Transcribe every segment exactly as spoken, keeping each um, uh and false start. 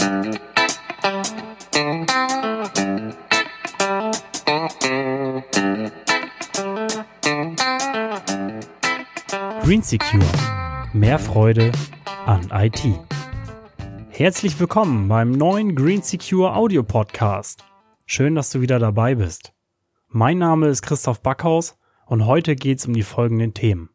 GreenSecure. Mehr Freude an I T. Herzlich willkommen beim neuen GreenSecure Audio Podcast. Schön, dass du wieder dabei bist. Mein Name ist Christoph Backhaus und heute geht's um die folgenden Themen.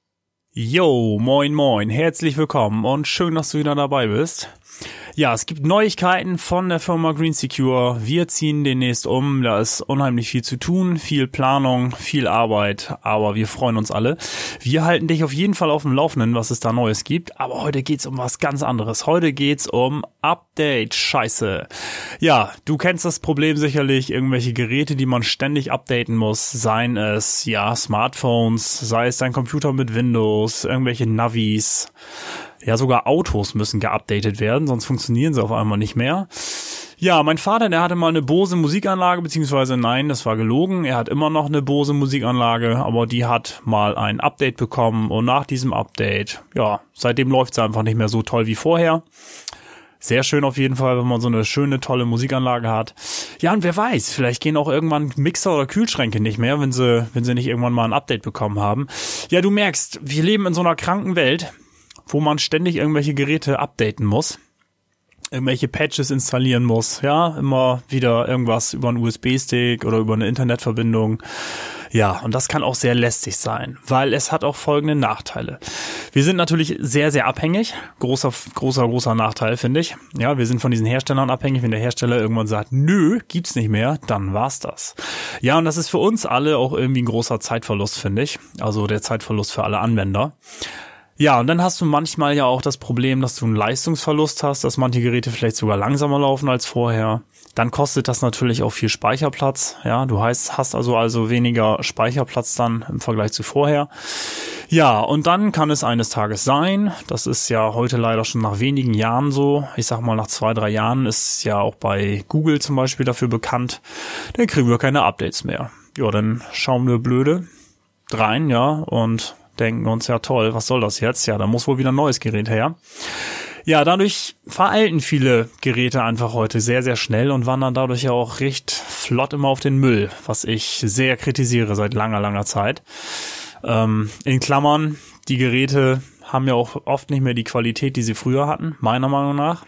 Yo, moin moin, herzlich willkommen und schön, dass du wieder dabei bist. Ja, es gibt Neuigkeiten von der Firma GreenSecure. Wir ziehen demnächst um, da ist unheimlich viel zu tun, viel Planung, viel Arbeit, aber wir freuen uns alle. Wir halten dich auf jeden Fall auf dem Laufenden, was es da Neues gibt, aber heute geht's um was ganz anderes. Heute geht's um Update-Scheiße. Ja, du kennst das Problem sicherlich, irgendwelche Geräte, die man ständig updaten muss, seien es, ja, Smartphones, sei es dein Computer mit Windows, irgendwelche Navis. Ja, sogar Autos müssen geupdatet werden, sonst funktionieren sie auf einmal nicht mehr. Ja, mein Vater, der hatte mal eine Bose Musikanlage, beziehungsweise nein, das war gelogen. Er hat immer noch eine Bose Musikanlage, aber die hat mal ein Update bekommen und nach diesem Update, ja, seitdem läuft sie einfach nicht mehr so toll wie vorher. Sehr schön auf jeden Fall, wenn man so eine schöne, tolle Musikanlage hat. Ja, und wer weiß, vielleicht gehen auch irgendwann Mixer oder Kühlschränke nicht mehr, wenn sie, wenn sie nicht irgendwann mal ein Update bekommen haben. Ja, du merkst, wir leben in so einer kranken Welt, wo man ständig irgendwelche Geräte updaten muss, irgendwelche Patches installieren muss, ja, immer wieder irgendwas über einen U S B-Stick oder über eine Internetverbindung. Ja, und das kann auch sehr lästig sein, weil es hat auch folgende Nachteile. Wir sind natürlich sehr, sehr abhängig. Großer, großer, großer Nachteil, finde ich. Ja, wir sind von diesen Herstellern abhängig. Wenn der Hersteller irgendwann sagt, nö, gibt's nicht mehr, dann war's das. Ja, und das ist für uns alle auch irgendwie ein großer Zeitverlust, finde ich. Also der Zeitverlust für alle Anwender. Ja, und dann hast du manchmal ja auch das Problem, dass du einen Leistungsverlust hast, dass manche Geräte vielleicht sogar langsamer laufen als vorher. Dann kostet das natürlich auch viel Speicherplatz. Ja, du heißt, hast also also weniger Speicherplatz dann im Vergleich zu vorher. Ja, und dann kann es eines Tages sein, das ist ja heute leider schon nach wenigen Jahren so, ich sag mal nach zwei, drei Jahren ist ja auch bei Google zum Beispiel dafür bekannt, dann kriegen wir keine Updates mehr. Ja, dann schauen wir blöde drein, ja, und denken uns, ja toll, was soll das jetzt? Ja, da muss wohl wieder ein neues Gerät her. Ja, dadurch veralten viele Geräte einfach heute sehr, sehr schnell und wandern dadurch ja auch recht flott immer auf den Müll, was ich sehr kritisiere seit langer, langer Zeit. Ähm, in Klammern, die Geräte haben ja auch oft nicht mehr die Qualität, die sie früher hatten, meiner Meinung nach.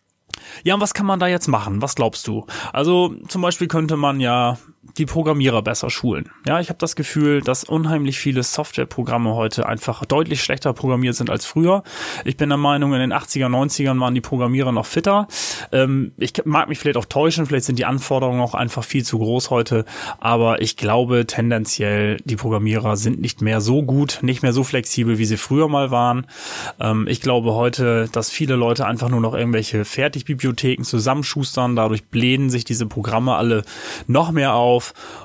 Ja, und was kann man da jetzt machen? Was glaubst du? Also zum Beispiel könnte man ja die Programmierer besser schulen. Ja, ich habe das Gefühl, dass unheimlich viele Softwareprogramme heute einfach deutlich schlechter programmiert sind als früher. Ich bin der Meinung, in den achtziger, neunzigern waren die Programmierer noch fitter. Ähm, ich mag mich vielleicht auch täuschen, vielleicht sind die Anforderungen auch einfach viel zu groß heute, aber ich glaube tendenziell, die Programmierer sind nicht mehr so gut, nicht mehr so flexibel, wie sie früher mal waren. Ähm, ich glaube heute, dass viele Leute einfach nur noch irgendwelche Fertigbibliotheken zusammenschustern, dadurch blähen sich diese Programme alle noch mehr auf.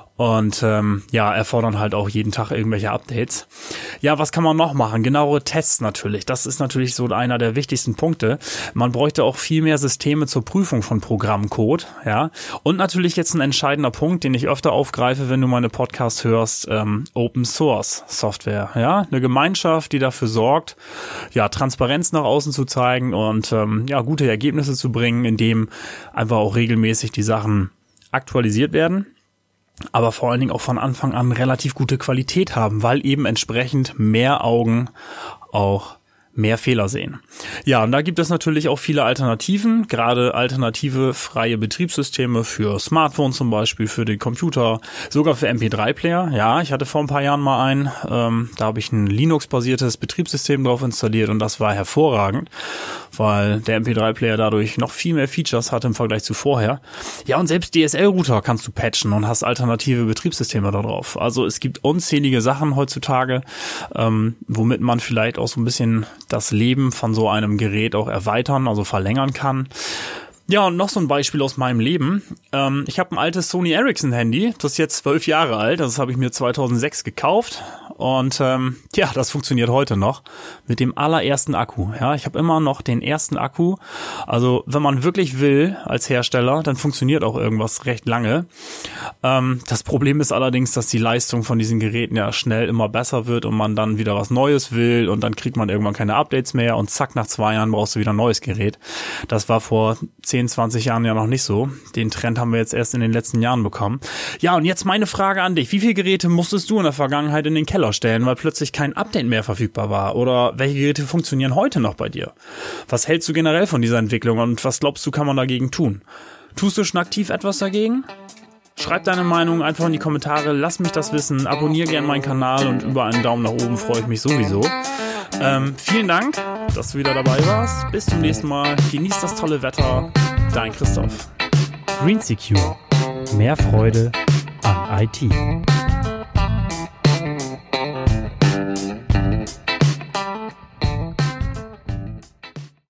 Und ähm, ja, erfordern halt auch jeden Tag irgendwelche Updates. Ja, was kann man noch machen? Genauere Tests natürlich. Das ist natürlich so einer der wichtigsten Punkte. Man bräuchte auch viel mehr Systeme zur Prüfung von Programmcode. Ja, und natürlich jetzt ein entscheidender Punkt, den ich öfter aufgreife, wenn du meine Podcasts hörst, ähm, Open Source Software. Ja, eine Gemeinschaft, die dafür sorgt, ja, Transparenz nach außen zu zeigen und ähm, ja, gute Ergebnisse zu bringen, indem einfach auch regelmäßig die Sachen aktualisiert werden, aber vor allen Dingen auch von Anfang an relativ gute Qualität haben, weil eben entsprechend mehr Augen auch mehr Fehler sehen. Ja, und da gibt es natürlich auch viele Alternativen, gerade alternative freie Betriebssysteme für Smartphones zum Beispiel, für den Computer, sogar für M P drei Player. Ja, ich hatte vor ein paar Jahren mal einen, ähm, da habe ich ein Linux-basiertes Betriebssystem drauf installiert und das war hervorragend, weil der M P drei Player dadurch noch viel mehr Features hatte im Vergleich zu vorher. Ja, und selbst D S L-Router kannst du patchen und hast alternative Betriebssysteme da drauf. Also es gibt unzählige Sachen heutzutage, ähm, womit man vielleicht auch so ein bisschen das Leben von so einem Gerät auch erweitern, also verlängern kann. Ja, und noch so ein Beispiel aus meinem Leben. Ähm, ich habe ein altes Sony Ericsson Handy, das ist jetzt zwölf Jahre alt, das habe ich mir zweitausendsechs gekauft und ähm, ja, das funktioniert heute noch mit dem allerersten Akku. Ja, ich habe immer noch den ersten Akku. Also wenn man wirklich will als Hersteller, dann funktioniert auch irgendwas recht lange. Ähm, das Problem ist allerdings, dass die Leistung von diesen Geräten ja schnell immer besser wird und man dann wieder was Neues will und dann kriegt man irgendwann keine Updates mehr und zack, nach zwei Jahren brauchst du wieder ein neues Gerät. Das war vor zehn, zehn, zwanzig Jahren ja noch nicht so. Den Trend haben wir jetzt erst in den letzten Jahren bekommen. Ja, und jetzt meine Frage an dich. Wie viele Geräte musstest du in der Vergangenheit in den Keller stellen, weil plötzlich kein Update mehr verfügbar war? Oder welche Geräte funktionieren heute noch bei dir? Was hältst du generell von dieser Entwicklung und was glaubst du, kann man dagegen tun? Tust du schon aktiv etwas dagegen? Schreib deine Meinung einfach in die Kommentare, lass mich das wissen, abonniere gerne meinen Kanal und über einen Daumen nach oben freue ich mich sowieso. Ähm, vielen Dank, dass du wieder dabei warst. Bis zum nächsten Mal. Genieß das tolle Wetter. Dein Christoph. Green Secure. Mehr Freude an I T.